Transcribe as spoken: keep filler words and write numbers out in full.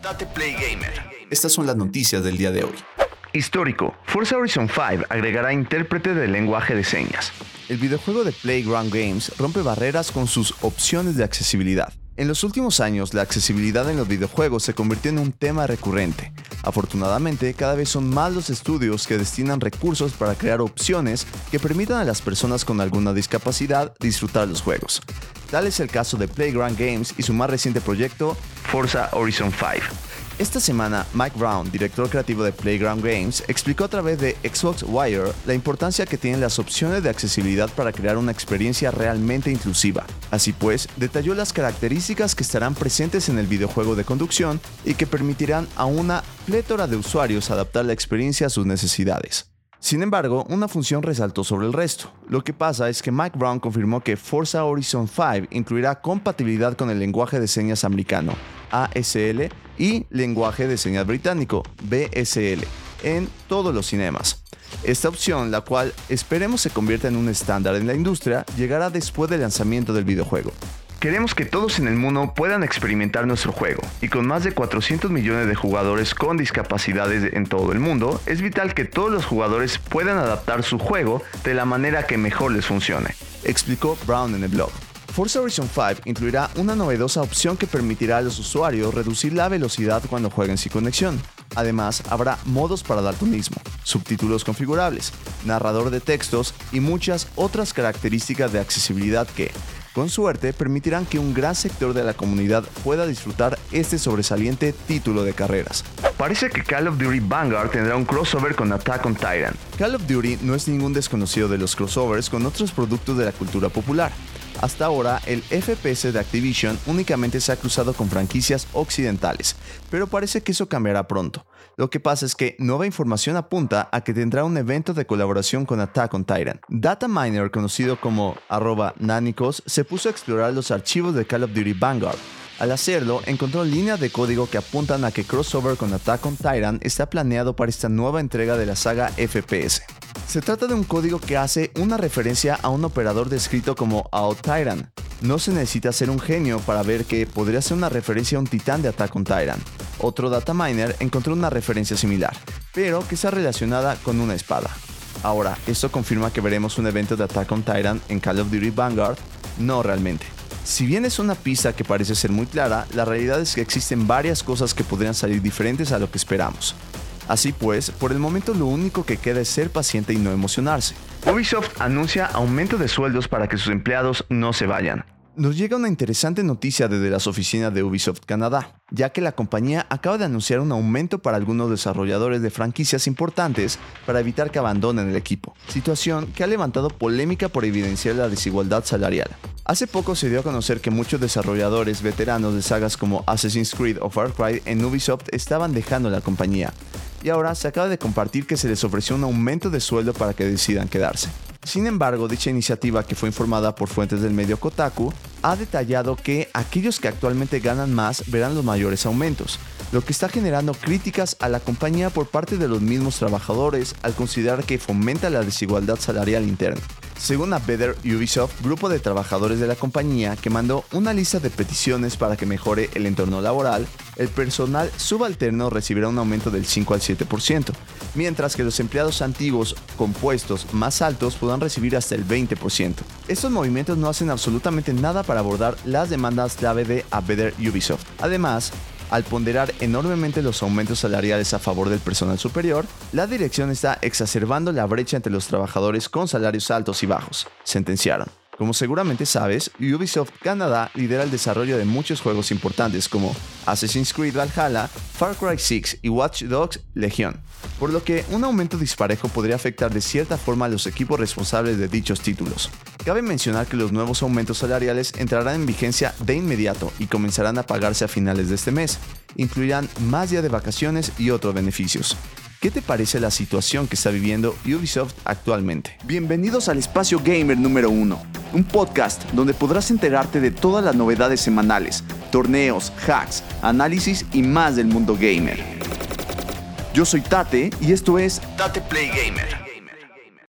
Date Play Gamer. Estas son las noticias del día de hoy. Histórico. Forza Horizon cinco agregará intérprete de lenguaje de señas. El videojuego de Playground Games rompe barreras con sus opciones de accesibilidad. En los últimos años, la accesibilidad en los videojuegos se convirtió en un tema recurrente. Afortunadamente, cada vez son más los estudios que destinan recursos para crear opciones que permitan a las personas con alguna discapacidad disfrutar los juegos. Tal es el caso de Playground Games y su más reciente proyecto, Forza Horizon cinco. Esta semana, Mike Brown, director creativo de Playground Games, explicó a través de Xbox Wire la importancia que tienen las opciones de accesibilidad para crear una experiencia realmente inclusiva. Así pues, detalló las características que estarán presentes en el videojuego de conducción y que permitirán a una plétora de usuarios adaptar la experiencia a sus necesidades. Sin embargo, una función resaltó sobre el resto. Lo que pasa es que Mike Brown confirmó que Forza Horizon cinco incluirá compatibilidad con el lenguaje de señas americano, A S L, y lenguaje de señas británico, B S L, en todos los cinemas. Esta opción, la cual esperemos se convierta en un estándar en la industria, llegará después del lanzamiento del videojuego. Queremos que todos en el mundo puedan experimentar nuestro juego, y con más de cuatrocientos millones de jugadores con discapacidades en todo el mundo, es vital que todos los jugadores puedan adaptar su juego de la manera que mejor les funcione, explicó Brown en el blog. Forza Horizon cinco incluirá una novedosa opción que permitirá a los usuarios reducir la velocidad cuando jueguen sin conexión. Además, habrá modos para daltonismo, subtítulos configurables, narrador de textos y muchas otras características de accesibilidad que, con suerte, permitirán que un gran sector de la comunidad pueda disfrutar este sobresaliente título de carreras. Parece que Call of Duty Vanguard tendrá un crossover con Attack on Titan. Call of Duty no es ningún desconocido de los crossovers con otros productos de la cultura popular. Hasta ahora, el F P S de Activision únicamente se ha cruzado con franquicias occidentales, pero parece que eso cambiará pronto. Lo que pasa es que nueva información apunta a que tendrá un evento de colaboración con Attack on Titan. Dataminer, conocido como arroba nanicos, se puso a explorar los archivos de Call of Duty Vanguard. Al hacerlo, encontró líneas de código que apuntan a que crossover con Attack on Titan está planeado para esta nueva entrega de la saga F P S. Se trata de un código que hace una referencia a un operador descrito como AoTitan. No se necesita ser un genio para ver que podría ser una referencia a un titán de Attack on Titan. Otro dataminer encontró una referencia similar, pero que está relacionada con una espada. Ahora, ¿esto confirma que veremos un evento de Attack on Titan en Call of Duty Vanguard? No realmente. Si bien es una pista que parece ser muy clara, la realidad es que existen varias cosas que podrían salir diferentes a lo que esperamos. Así pues, por el momento lo único que queda es ser paciente y no emocionarse. Ubisoft anuncia aumento de sueldos para que sus empleados no se vayan. Nos llega una interesante noticia desde las oficinas de Ubisoft Canadá, ya que la compañía acaba de anunciar un aumento para algunos desarrolladores de franquicias importantes para evitar que abandonen el equipo, situación que ha levantado polémica por evidenciar la desigualdad salarial. Hace poco se dio a conocer que muchos desarrolladores veteranos de sagas como Assassin's Creed o Far Cry en Ubisoft estaban dejando la compañía, y ahora se acaba de compartir que se les ofreció un aumento de sueldo para que decidan quedarse. Sin embargo, dicha iniciativa, que fue informada por fuentes del medio Kotaku, ha detallado que aquellos que actualmente ganan más verán los mayores aumentos, lo que está generando críticas a la compañía por parte de los mismos trabajadores al considerar que fomenta la desigualdad salarial interna. Según a Better Ubisoft, grupo de trabajadores de la compañía que mandó una lista de peticiones para que mejore el entorno laboral, el personal subalterno recibirá un aumento del cinco al siete por ciento, mientras que los empleados antiguos con puestos más altos podrán recibir hasta el veinte por ciento. Estos movimientos no hacen absolutamente nada para abordar las demandas clave de A Better Ubisoft. Además, al ponderar enormemente los aumentos salariales a favor del personal superior, la dirección está exacerbando la brecha entre los trabajadores con salarios altos y bajos, sentenciaron. Como seguramente sabes, Ubisoft Canadá lidera el desarrollo de muchos juegos importantes como Assassin's Creed Valhalla, Far Cry seis y Watch Dogs Legion, por lo que un aumento disparejo podría afectar de cierta forma a los equipos responsables de dichos títulos. Cabe mencionar que los nuevos aumentos salariales entrarán en vigencia de inmediato y comenzarán a pagarse a finales de este mes. Incluirán más días de vacaciones y otros beneficios. ¿Qué te parece la situación que está viviendo Ubisoft actualmente? Bienvenidos al Espacio Gamer número uno, un podcast donde podrás enterarte de todas las novedades semanales, torneos, hacks, análisis y más del mundo gamer. Yo soy Tate y esto es Date Play Gamer.